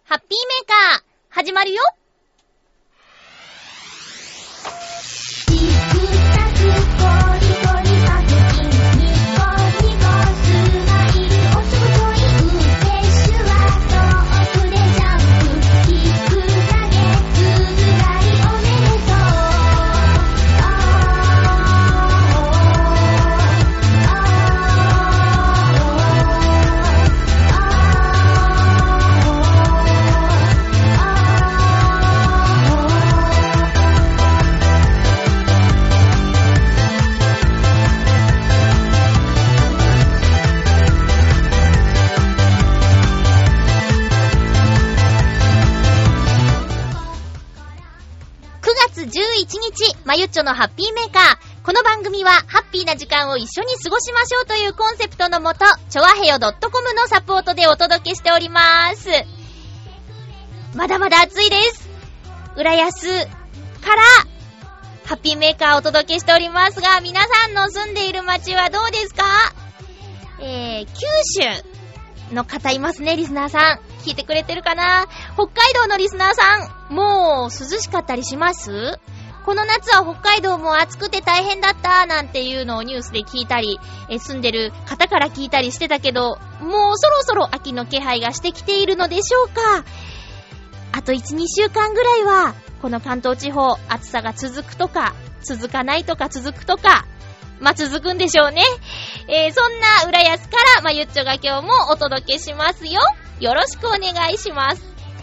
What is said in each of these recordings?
ハッピーメーカー始まるよ。11日、まゆっちょのハッピーメーカー。この番組はハッピーな時間を一緒に過ごしましょうというコンセプトのもと、ちょわへよ .com のサポートでお届けしております。まだまだ暑いです。浦安からハッピーメーカーをお届けしておりますが、皆さんの住んでいる街はどうですか？九州の方いますね、リスナーさん。聞いてくれてるかな？北海道のリスナーさん、もう涼しかったりします？この夏は北海道も暑くて大変だったなんていうのをニュースで聞いたり、住んでる方から聞いたりしてたけど、もうそろそろ秋の気配がしてきているのでしょうか。あと 1,2 週間ぐらいはこの関東地方暑さが続くとか続かないとか続くとか、まあ、続くんでしょうね。そんな浦安からまゆっちょが今日もお届けしますよ。よろしくお願いします。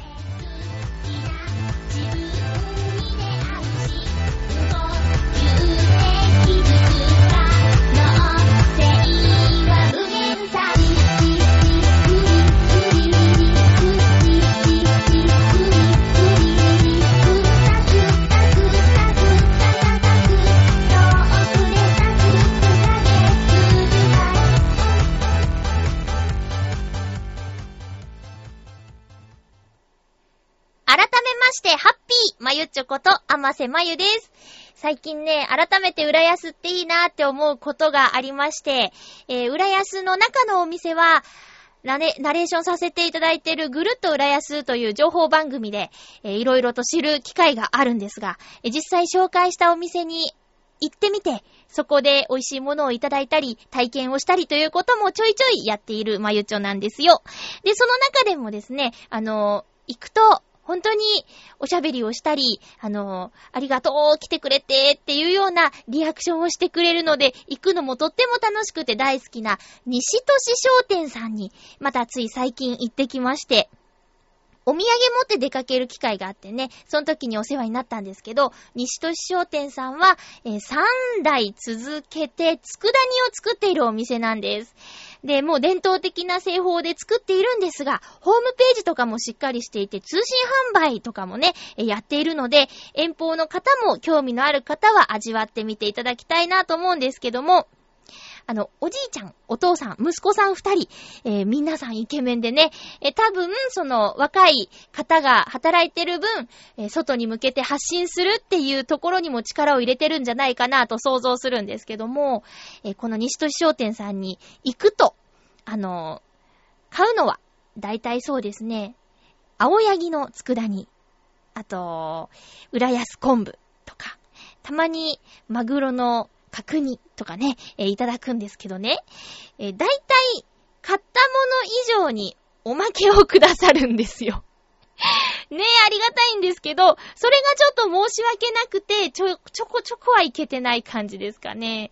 ハッピーまゆっちょことあませまゆです。最近ね、改めて浦安っていいなって思うことがありまして、浦安の中のお店はナレーションさせていただいているぐるっと浦安という情報番組で、いろいろと知る機会があるんですが、実際紹介したお店に行ってみて、そこで美味しいものをいただいたり体験をしたりということもちょいちょいやっているまゆっちょなんですよ。で、その中でもですね、行くと本当におしゃべりをしたり、ありがとう、来てくれてっていうようなリアクションをしてくれるので、行くのもとっても楽しくて大好きな西都市商店さんに、またつい最近行ってきまして、お土産持って出かける機会があってね、その時にお世話になったんですけど、西都市商店さんは、3代続けて佃煮を作っているお店なんです。で、もう伝統的な製法で作っているんですが、ホームページとかもしっかりしていて、通信販売とかもね、やっているので、遠方の方も興味のある方は味わってみていただきたいなと思うんですけども、おじいちゃん、お父さん、息子さん2人、皆さんイケメンでね、多分、その若い方が働いてる分、外に向けて発信するっていうところにも力を入れてるんじゃないかなと想像するんですけども、この西都市商店さんに行くと、買うのは、だいたいそうですね、青柳の佃煮、あと、浦安昆布とか、たまにマグロの角煮とかね、いただくんですけどね、だいたい買ったもの以上におまけをくださるんですよ。ね、ありがたいんですけど、それがちょっと申し訳なくて、ちょこちょこはいけてない感じですかね。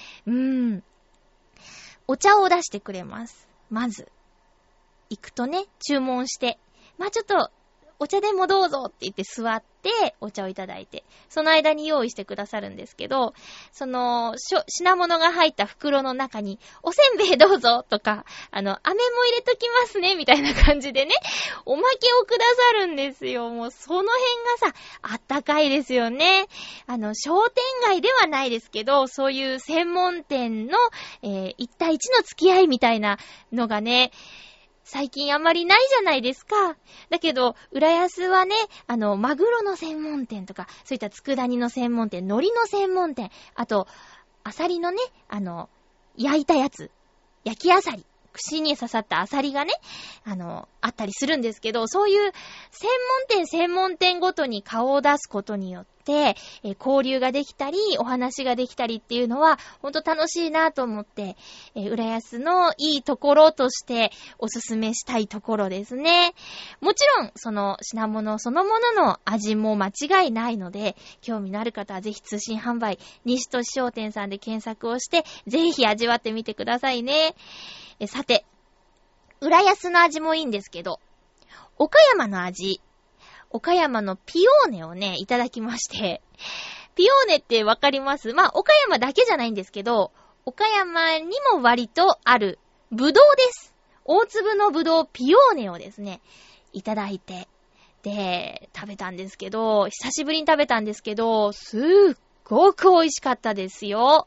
お茶を出してくれます。まず、行くとね、注文して、まあちょっと、お茶でもどうぞって言って座ってお茶をいただいて、その間に用意してくださるんですけど、その品物が入った袋の中におせんべいどうぞとか、飴も入れときますねみたいな感じでね、おまけをくださるんですよ。もうその辺がさ、あったかいですよね。商店街ではないですけど、そういう専門店の、1対1の付き合いみたいなのがね、最近あまりないじゃないですか。だけど、浦安はね、マグロの専門店とか、そういった佃煮の専門店、海苔の専門店、あと、アサリのね、焼いたやつ、焼きアサリ串に刺さったアサリがね、あったりするんですけど、そういう専門店ごとに顔を出すことによって、交流ができたり、お話ができたりっていうのは、ほんと楽しいなと思って、浦安のいいところとしておすすめしたいところですね。もちろん、その品物そのものの味も間違いないので、興味のある方はぜひ通信販売、西都市商店さんで検索をして、ぜひ味わってみてくださいね。さて、浦安の味もいいんですけど、岡山の味、岡山のピオーネをね、いただきまして、ピオーネってわかります？まあ、岡山だけじゃないんですけど、岡山にも割とあるぶどうです。大粒のぶどうピオーネをですね、いただいて、で、食べたんですけど、久しぶりに食べたんですけど、すっごく美味しかったですよ。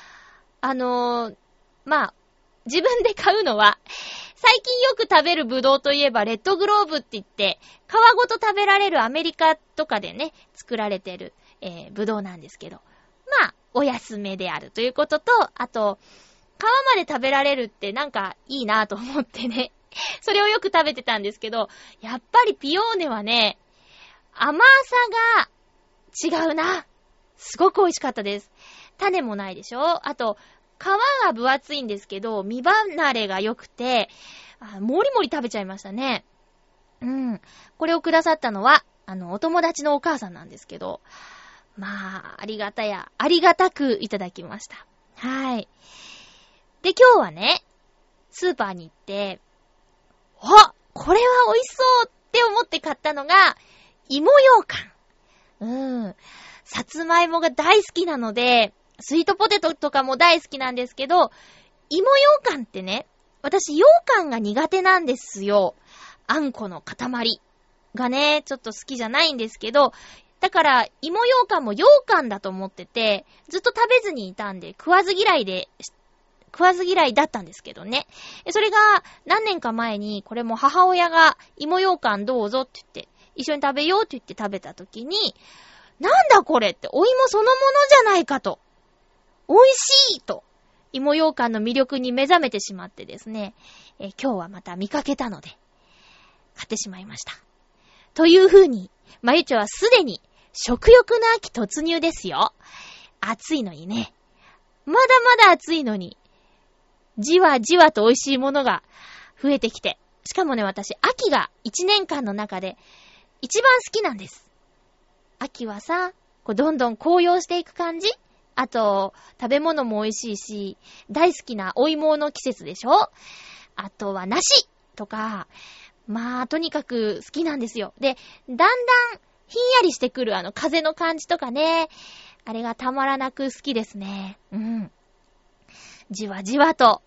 まあ、自分で買うのは、最近よく食べるぶどうといえばレッドグローブって言って、皮ごと食べられるアメリカとかでね、作られてる、ぶどうなんですけど、まあ、お安めであるということと、あと、皮まで食べられるってなんかいいなと思ってね、それをよく食べてたんですけど、やっぱりピオーネはね、甘さが違うな。すごく美味しかったです。種もないでしょ？あと、皮が分厚いんですけど、身離れが良くて、もりもり食べちゃいましたね。うん。これをくださったのは、お友達のお母さんなんですけど、まあ、ありがたくいただきました。はい。で、今日はね、スーパーに行って、これは美味しそうって思って買ったのが、芋羊羹。さつまいもが大好きなので、スイートポテトとかも大好きなんですけど、芋羊羹ってね、私羊羹が苦手なんですよ。あんこの塊がね、ちょっと好きじゃないんですけど、だから芋羊羹も羊羹だと思ってて、ずっと食べずにいたんで、食わず嫌いだったんですけどね。それが何年か前に、これも母親が芋羊羹どうぞって言って、一緒に食べようって言って食べた時に、なんだこれってお芋そのものじゃないかと。美味しいと、芋羊羹の魅力に目覚めてしまってですね、今日はまた見かけたので、買ってしまいました。という風に、まゆちょはすでに食欲の秋突入ですよ。暑いのにね。まだまだ暑いのに、じわじわと美味しいものが増えてきて、しかもね、私、秋が1年間の中で一番好きなんです。秋はさ、どんどん紅葉していく感じ？あと、食べ物も美味しいし、大好きなお芋の季節でしょ？あとは梨とか、まあ、とにかく好きなんですよ。で、だんだんひんやりしてくる風の感じとかね、あれがたまらなく好きですね。じわじわと、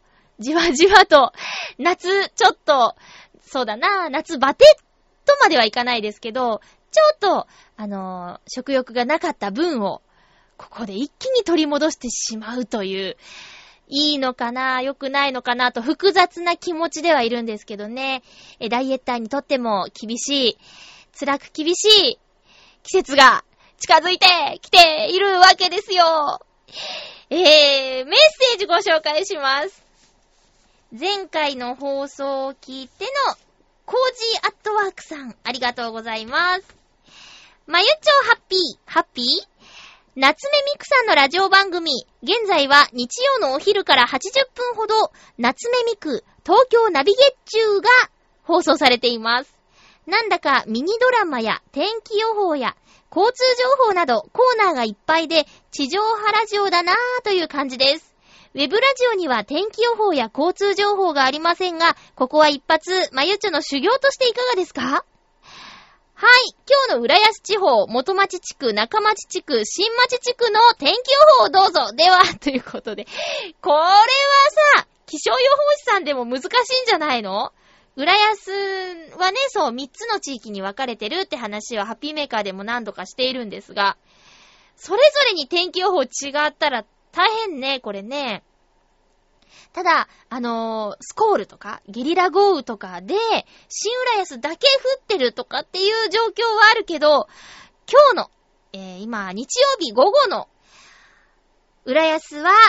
夏、ちょっと、そうだな、夏バテとまではいかないですけど、ちょっと、食欲がなかった分を、ここで一気に取り戻してしまうという、いいのかな、良くないのかなと複雑な気持ちではいるんですけどね。ダイエッターにとっても辛く厳しい季節が近づいてきているわけですよ。メッセージご紹介します。前回の放送を聞いてのコージーアットワークさん、ありがとうございます。まゆちょハッピー夏目みくさんのラジオ番組、現在は日曜のお昼から80分ほど、夏目みく東京ナビゲッチューが放送されています。なんだかミニドラマや天気予報や交通情報などコーナーがいっぱいで地上波ラジオだなぁという感じです。ウェブラジオには天気予報や交通情報がありませんが、ここは一発まゆちょの修行としていかがですか？はい。今日の浦安地方、元町地区、中町地区、新町地区の天気予報をどうぞ。では、ということで。これはさ、気象予報士さんでも難しいんじゃないの？浦安はね、そう、3つの地域に分かれてるって話はハッピーメーカーでも何度かしているんですが、それぞれに天気予報違ったら大変ね、これね。ただ、スコールとか、ゲリラ豪雨とかで、新浦安だけ降ってるとかっていう状況はあるけど、今日の、今、日曜日午後の、浦安は、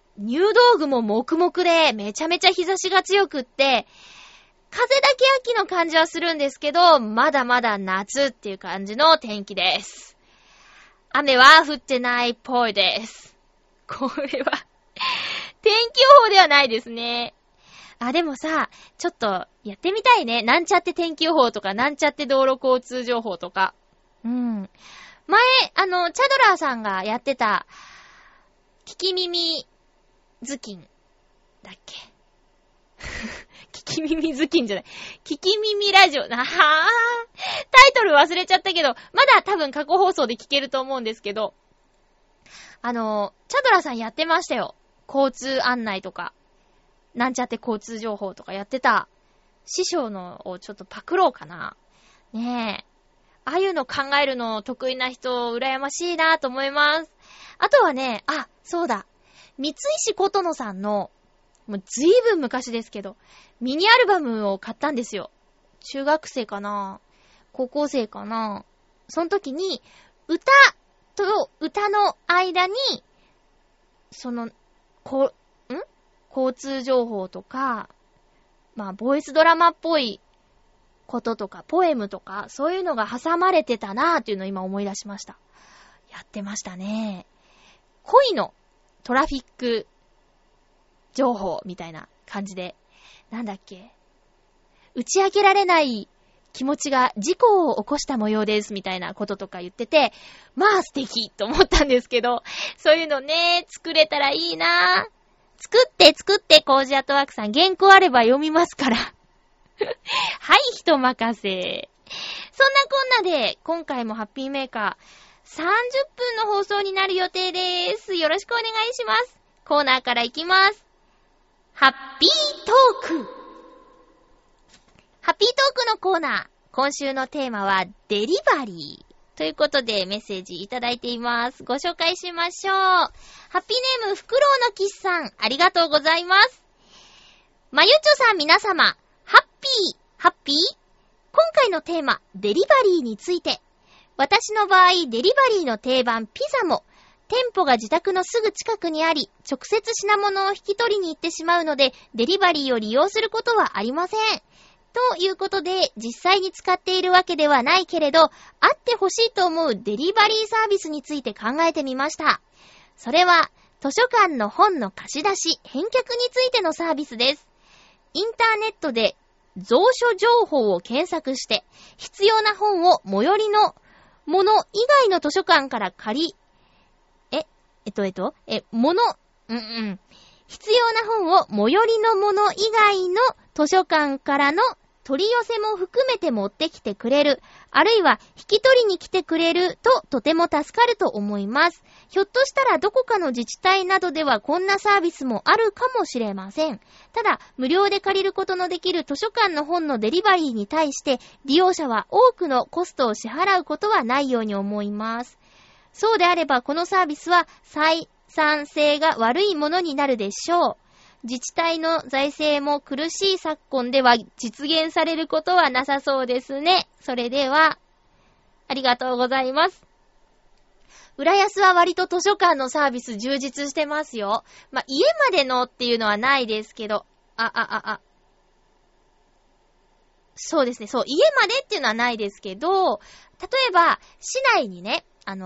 入道具も黙々でめちゃめちゃ日差しが強くって、風だけ秋の感じはするんですけど、まだまだ夏っていう感じの天気です。雨は降ってないっぽいです。これは天気予報ではないですね。でもさ、ちょっとやってみたいね。なんちゃって天気予報とか、なんちゃって道路交通情報とか。前、チャドラーさんがやってた、聞き耳頭巾だっけ聞き耳頭巾じゃない。聞き耳ラジオ。タイトル忘れちゃったけど、まだ多分過去放送で聞けると思うんですけど、チャドラーさんやってましたよ。交通案内とか。なんちゃって交通情報とかやってた。師匠のをちょっとパクろうかな。ねえ。ああいうの考えるの得意な人、羨ましいなと思います。あとはね、そうだ。三石琴乃さんの、もうずいぶん昔ですけど、ミニアルバムを買ったんですよ。中学生かな？高校生かな？その時に、歌と歌の間に、交通情報とか、ボイスドラマっぽいこととか、ポエムとか、そういうのが挟まれてたなーっていうのを今思い出しました。やってましたね。恋のトラフィック情報みたいな感じで、なんだっけ、打ち明けられない気持ちが事故を起こした模様ですみたいなこととか言ってて、素敵と思ったんですけど、そういうのね、作れたらいいなー。作って、コージアットワークさん、原稿あれば読みますから。はい、人任せ。そんなこんなで、今回もハッピーメーカー、30分の放送になる予定です。よろしくお願いします。コーナーからいきます。ハッピートーク。ハッピートークのコーナー。今週のテーマは、デリバリー。ということでメッセージいただいています。ご紹介しましょう。ハッピーネームフクロウのキスさん、ありがとうございます。まゆちょさん、皆様、ハッピー今回のテーマ、デリバリーについて。私の場合、デリバリーの定番ピザも、店舗が自宅のすぐ近くにあり、直接品物を引き取りに行ってしまうので、デリバリーを利用することはありません。ということで、実際に使っているわけではないけれど、あってほしいと思うデリバリーサービスについて考えてみました。それは、図書館の本の貸し出し、返却についてのサービスです。インターネットで蔵書情報を検索して、必要な本を最寄りのもの以外の図書館から借り、必要な本を最寄りのもの以外の図書館からの取り寄せも含めて持ってきてくれる、あるいは引き取りに来てくれるととても助かると思います。ひょっとしたらどこかの自治体などではこんなサービスもあるかもしれません。ただ、無料で借りることのできる図書館の本のデリバリーに対して利用者は多くのコストを支払うことはないように思います。そうであればこのサービスは採算性が悪いものになるでしょう。自治体の財政も苦しい昨今では実現されることはなさそうですね。それでは、ありがとうございます。浦安は割と図書館のサービス充実してますよ。家までのっていうのはないですけど、そうですね、そう、家までっていうのはないですけど、例えば、市内にね、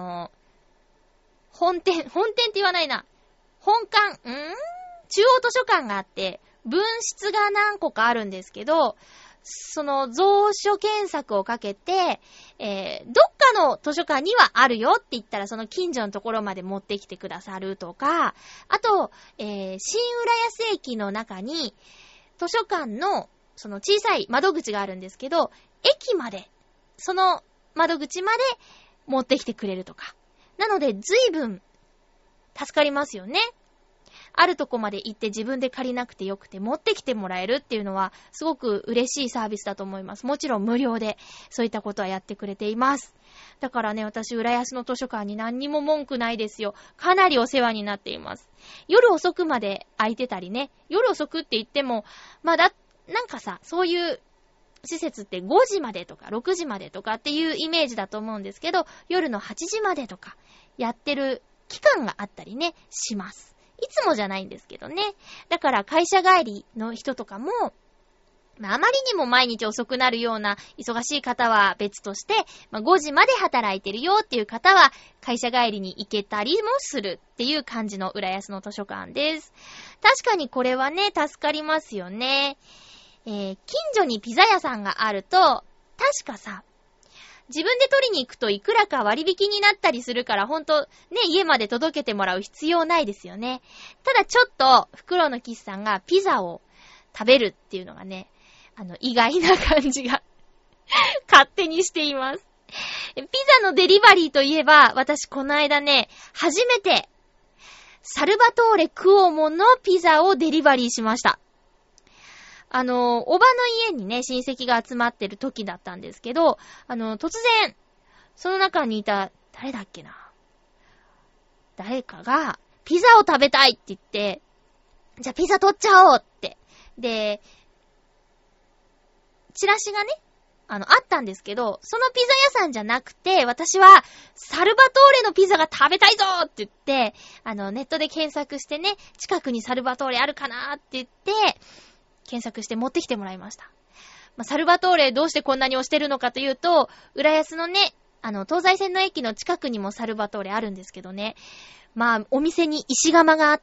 本店って言わないな。本館、中央図書館があって、分室が何個かあるんですけど、その蔵書検索をかけて、どっかの図書館にはあるよって言ったらその近所のところまで持ってきてくださるとか、あと、新浦安駅の中に図書館のその小さい窓口があるんですけど、駅まで、その窓口まで持ってきてくれるとか。なので随分助かりますよね。あるとこまで行って自分で借りなくてよくて持ってきてもらえるっていうのはすごく嬉しいサービスだと思います。もちろん無料でそういったことはやってくれています。だからね、私浦安の図書館に何にも文句ないですよ。かなりお世話になっています。夜遅くまで空いてたりね。夜遅くって言ってもなんかさ、そういう施設って5時までとか6時までとかっていうイメージだと思うんですけど、夜の8時までとかやってる期間があったりね、します。 いつもじゃないんですけどね。だから会社帰りの人とかも、あまりにも毎日遅くなるような忙しい方は別として、5時まで働いてるよっていう方は会社帰りに行けたりもするっていう感じの浦安の図書館です。確かにこれはね、助かりますよね。近所にピザ屋さんがあると、確かさ、自分で取りに行くといくらか割引になったりするから、ほんとね、家まで届けてもらう必要ないですよね。ただちょっと、フクロウのキスさんがピザを食べるっていうのがね、意外な感じが勝手にしています。ピザのデリバリーといえば、私この間ね、初めてサルバトーレクオモのピザをデリバリーしました。おばの家にね、親戚が集まってる時だったんですけど、突然、その中にいた、誰だっけな。誰かが、ピザを食べたいって言って、じゃあピザ取っちゃおうって。で、チラシがね、あったんですけど、そのピザ屋さんじゃなくて、私は、サルバトーレのピザが食べたいぞって言って、ネットで検索してね、近くにサルバトーレあるかなって言って、検索して持ってきてもらいました。サルバトーレどうしてこんなに推してるのかというと、浦安のね、東西線の駅の近くにもサルバトーレあるんですけどね、お店に石窯があって、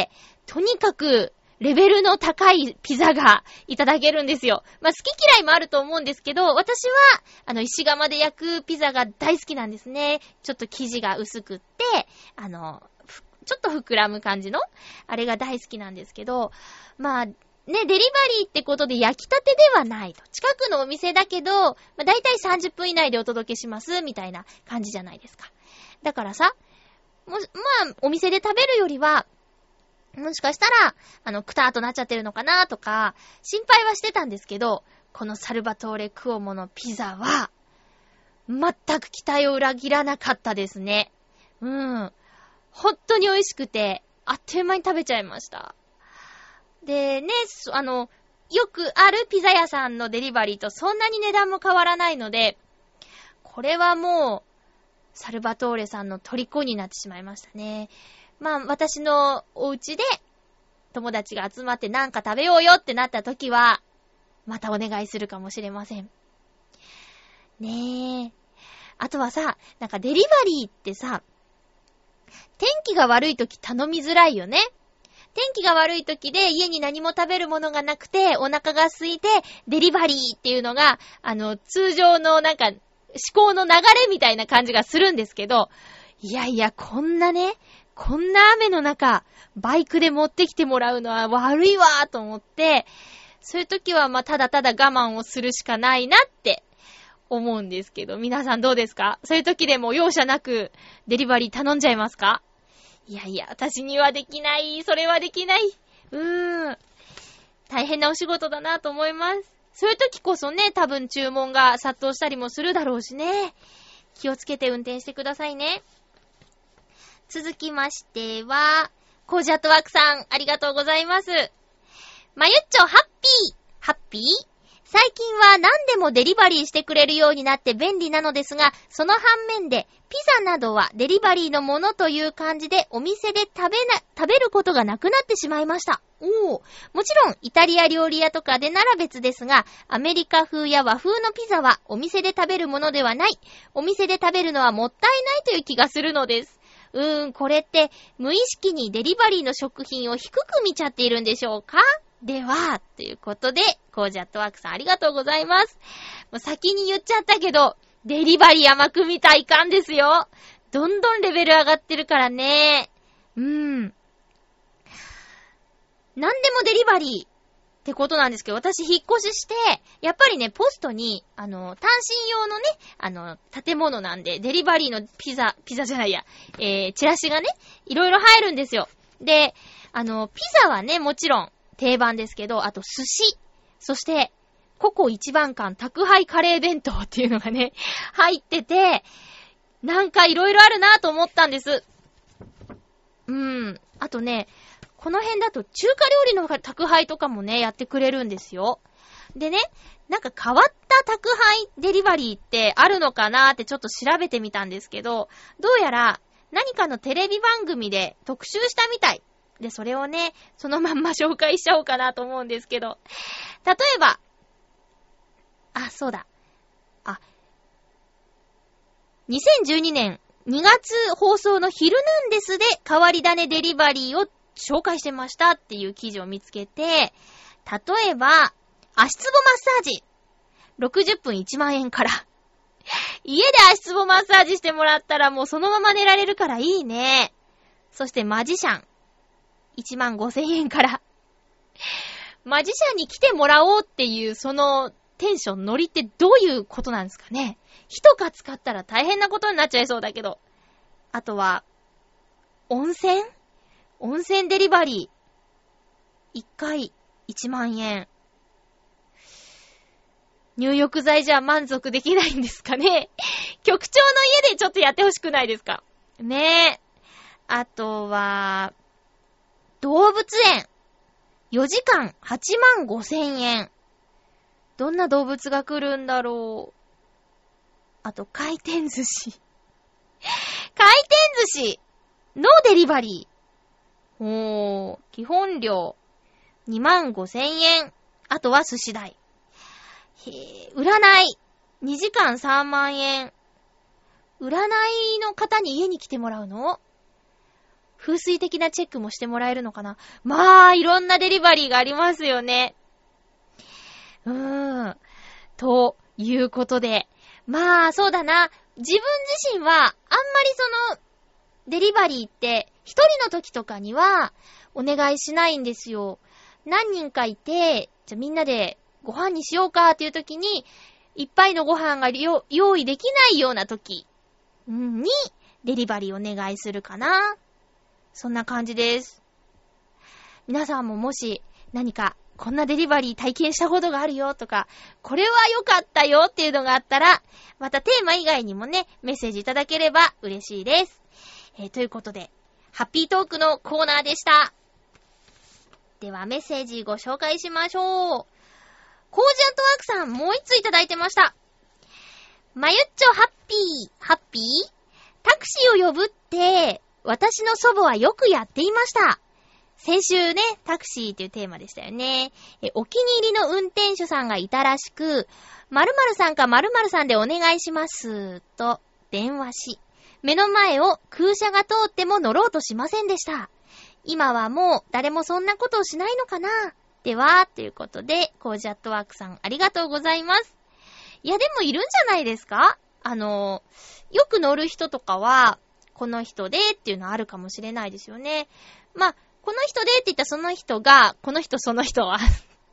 とにかく、レベルの高いピザがいただけるんですよ。好き嫌いもあると思うんですけど、私は、石窯で焼くピザが大好きなんですね。ちょっと生地が薄くって、ちょっと膨らむ感じの、あれが大好きなんですけど、ね、デリバリーってことで焼きたてではないと。近くのお店だけど、だいたい30分以内でお届けします、みたいな感じじゃないですか。だからさ、お店で食べるよりは、もしかしたら、くたーとなっちゃってるのかなとか、心配はしてたんですけど、このサルバトーレクオモのピザは、全く期待を裏切らなかったですね。本当に美味しくて、あっという間に食べちゃいました。でね、よくあるピザ屋さんのデリバリーとそんなに値段も変わらないので、これはもう、サルバトーレさんの虜になってしまいましたね。私のお家で友達が集まってなんか食べようよってなった時は、またお願いするかもしれません。ねえ。あとはさ、なんかデリバリーってさ、天気が悪い時頼みづらいよね。天気が悪い時で家に何も食べるものがなくてお腹が空いてデリバリーっていうのが、通常のなんか思考の流れみたいな感じがするんですけど、いやいや、こんな雨の中、バイクで持ってきてもらうのは悪いわーと思って、そういう時はただただ我慢をするしかないなって思うんですけど、皆さんどうですか？そういう時でも容赦なくデリバリー頼んじゃいますか？いやいや、私にはできない。それはできない。大変なお仕事だなと思います。そういう時こそね、多分注文が殺到したりもするだろうしね。気をつけて運転してくださいね。続きましては、コージアットワークさん、ありがとうございます。まゆっちょ、ハッピー最近は何でもデリバリーしてくれるようになって便利なのですが、その反面で、ピザなどはデリバリーのものという感じでお店で食べることがなくなってしまいました。もちろん、イタリア料理屋とかでなら別ですが、アメリカ風や和風のピザはお店で食べるものではない。お店で食べるのはもったいないという気がするのです。これって無意識にデリバリーの食品を低く見ちゃっているんでしょうか？では、ということで、コージアットワークさんありがとうございます。もう先に言っちゃったけど、デリバリー甘く見たらいかんですよ。どんどんレベル上がってるからね。なんでもデリバリーってことなんですけど、私引っ越しして、やっぱりね、ポストに、単身用のね、建物なんで、デリバリーのピザじゃないや、チラシがね、いろいろ入るんですよ。で、ピザはね、もちろん定番ですけど、あと寿司、そして、ココ一番館宅配カレー弁当っていうのがね、入ってて、なんかいろいろあるなと思ったんです。あとね、この辺だと中華料理の宅配とかもね、やってくれるんですよ。でね、なんか変わった宅配デリバリーってあるのかなってちょっと調べてみたんですけど、どうやら何かのテレビ番組で特集したみたい。 で、それをね、そのまんま紹介しちゃおうかなと思うんですけど。例えば、そうだ。2012年2月放送のヒルナンデスで変わり種デリバリーを紹介してましたっていう記事を見つけて、例えば、足つぼマッサージ。60分1万円から。家で足つぼマッサージしてもらったらもうそのまま寝られるからいいね。そしてマジシャン。15,000円から。マジシャンに来てもらおうっていうそのテンションノリってどういうことなんですかね。一か使ったら大変なことになっちゃいそうだけど。あとは、温泉デリバリー。1回1万円。入浴剤じゃ満足できないんですかね。局長の家でちょっとやってほしくないですかねえ。あとは、動物園。4時間85,000円。どんな動物が来るんだろう。あと、回転寿司。回転寿司のデリバリー。基本料25,000円。あとは寿司代。占い。2時間3万円。占いの方に家に来てもらうの？風水的なチェックもしてもらえるのかな？まあ、いろんなデリバリーがありますよね。ということで。まあ、そうだな。自分自身は、あんまりその、デリバリーって、一人の時とかには、お願いしないんですよ。何人かいて、じゃあみんなでご飯にしようかっていう時に、いっぱいのご飯が用意できないような時に、デリバリーお願いするかな。そんな感じです。皆さんももし、何か、こんなデリバリー体験したことがあるよとか、これは良かったよっていうのがあったら、またテーマ以外にもね、メッセージいただければ嬉しいです。ということで、ハッピートークのコーナーでした。ではメッセージご紹介しましょう。コージアットワークさん、もう一ついただいてました。まゆっちょハッピータクシーを呼ぶって、私の祖母はよくやっていました。先週ね、タクシーっていうテーマでしたよね。お気に入りの運転手さんがいたらしく、〇〇さんか〇〇さんでお願いします、と電話し、目の前を空車が通っても乗ろうとしませんでした。今はもう誰もそんなことをしないのかな？では、ということで、コージアットワークさんありがとうございます。いや、でもいるんじゃないですか？よく乗る人とかは、この人でっていうのあるかもしれないですよね。まあ、この人でって言ったその人が、この人その人は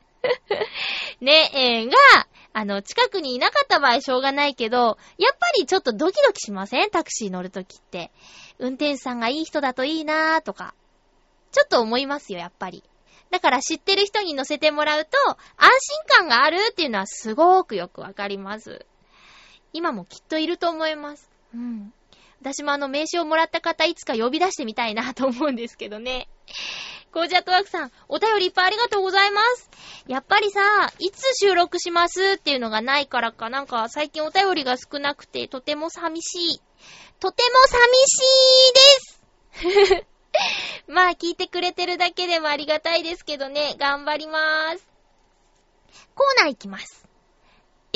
ね、近くにいなかった場合しょうがないけど、やっぱりちょっとドキドキしません？タクシー乗るときって。運転手さんがいい人だといいなーとか。ちょっと思いますよ、やっぱり。だから知ってる人に乗せてもらうと、安心感があるっていうのはすごくよくわかります。今もきっといると思います。私も名刺をもらった方いつか呼び出してみたいなと思うんですけどね。コージアットワークさん、お便りいっぱいありがとうございます。やっぱりさ、いつ収録しますっていうのがないからかなんか最近お便りが少なくてとても寂しい。とても寂しいです。まあ聞いてくれてるだけでもありがたいですけどね、頑張りまーす。コーナー行きます。映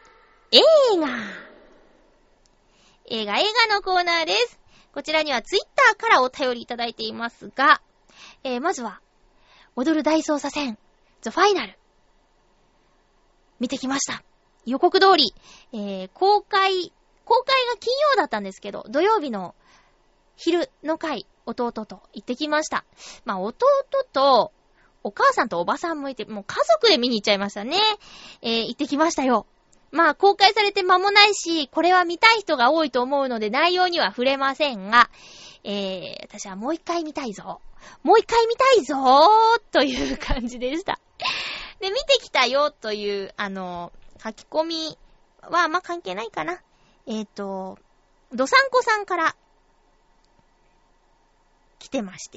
画のコーナーです。こちらにはツイッターからお便りいただいていますが、まずは、踊る大捜査線、The Final。見てきました。予告通り、公開が金曜だったんですけど、土曜日の昼の回、弟と行ってきました。まあ、弟と、お母さんとおばさんもいて、もう家族で見に行っちゃいましたね。行ってきましたよ。まあ、公開されて間もないし、これは見たい人が多いと思うので内容には触れませんが、私はもう一回見たいぞという感じでした。で、見てきたよという、書き込みは、まあ、関係ないかな。どさんこさんから来てまして、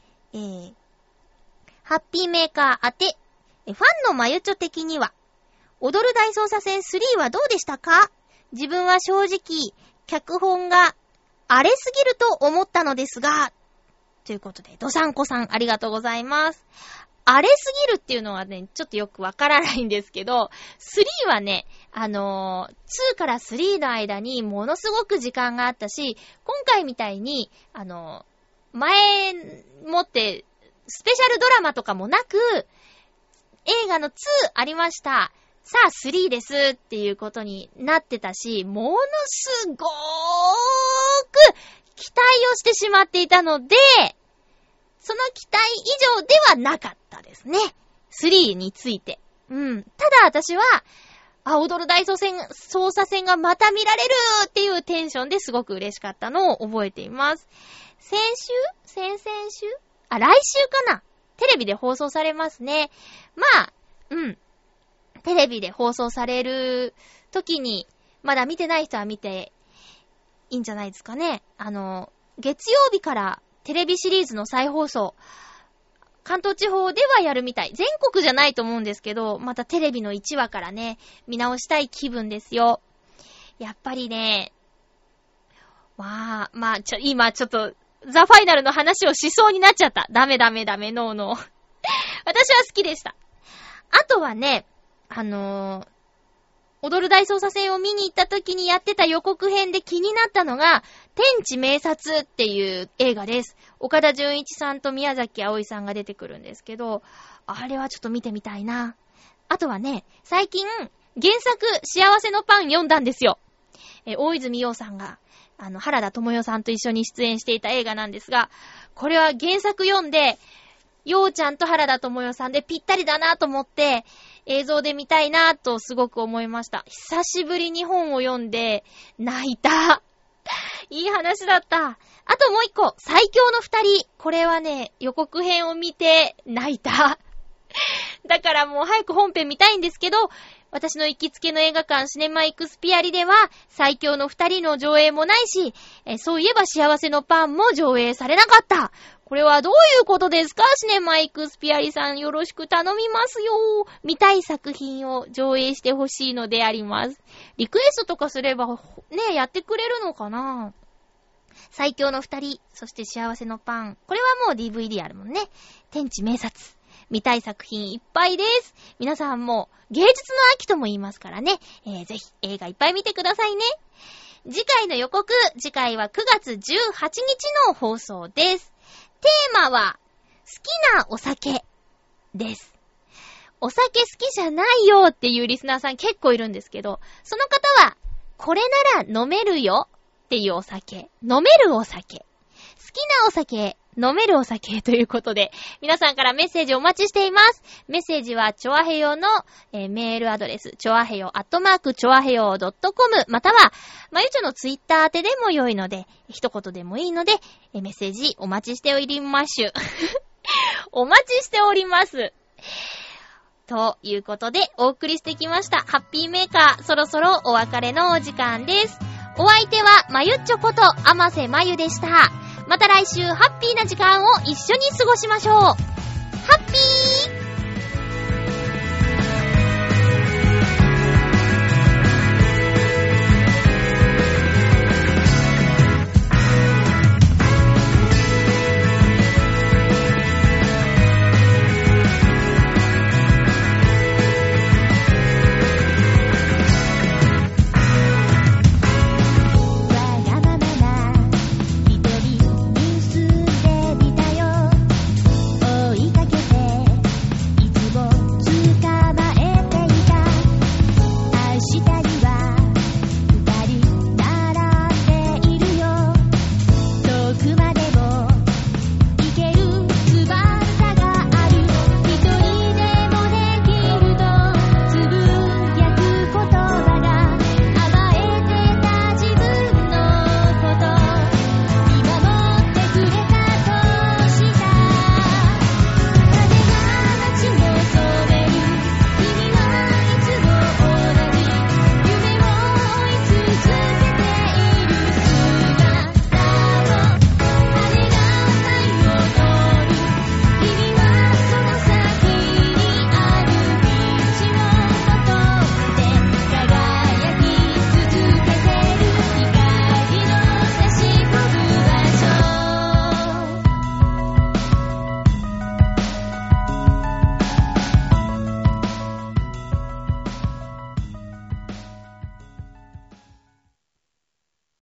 ハッピーメーカー宛て、ファンのマユチョ的には、踊る大捜査線3はどうでしたか？自分は正直、脚本が荒れすぎると思ったのですが、 ということで、ドサンコさんありがとうございます。荒れすぎるっていうのはね、ちょっとよくわからないんですけど、3はね、2から3の間にものすごく時間があったし、今回みたいに、前もってスペシャルドラマとかもなく、映画の2ありました。さあ3ですっていうことになってたし、ものすごーく期待をしてしまっていたので、その期待以上ではなかったですね。3について。ただ私は、踊る大捜査線がまた見られるっていうテンションですごく嬉しかったのを覚えています。先々週来週かな、テレビで放送されますね。まあ、テレビで放送される時に、まだ見てない人は見ていいんじゃないですかね。月曜日からテレビシリーズの再放送、関東地方ではやるみたい。全国じゃないと思うんですけど、またテレビの1話からね、見直したい気分ですよ。やっぱりね、今ちょっと、ザ・ファイナルの話をしそうになっちゃった。ダメ、ノー。私は好きでした。あとはね、踊る大捜査線を見に行った時にやってた予告編で気になったのが、天地明察っていう映画です。岡田准一さんと宮崎あおいさんが出てくるんですけど、あれはちょっと見てみたいな。あとはね、最近、原作、幸せのパン読んだんですよ。大泉洋さんが、原田知世さんと一緒に出演していた映画なんですが、これは原作読んで、ようちゃんと原田知世さんでぴったりだなと思って、映像で見たいなとすごく思いました。久しぶりに本を読んで、泣いた。いい話だった。あともう一個、最強の二人。これはね、予告編を見て、泣いた。だからもう早く本編見たいんですけど、私の行きつけの映画館シネマイクスピアリでは最強の二人の上映もないし、そういえば幸せのパンも上映されなかった。これはどういうことですか？シネマイクスピアリさんよろしく頼みますよ。見たい作品を上映してほしいのであります。リクエストとかすればね、やってくれるのかな？最強の二人、そして幸せのパン。これはもう DVD あるもんね。天地明察。見たい作品いっぱいです。皆さんも芸術の秋とも言いますからね。ぜひ映画いっぱい見てくださいね。次回の予告、次回は9月18日の放送です。テーマは好きなお酒です。お酒好きじゃないよっていうリスナーさん結構いるんですけど、その方はこれなら飲めるよっていうお酒、飲めるお酒、好きなお酒、飲めるお酒ということで、皆さんからメッセージお待ちしています。メッセージはチョアヘヨの、メールアドレス、チョアヘヨ@choaheyo.com またはまゆちょのツイッター宛てでも良いので、一言でもいいので、メッセージお待ちしております。お待ちしております。ということでお送りしてきましたハッピーメーカー、そろそろお別れのお時間です。お相手はまゆっちょこと甘瀬まゆでした。また来週ハッピーな時間を一緒に過ごしましょう。ハッピー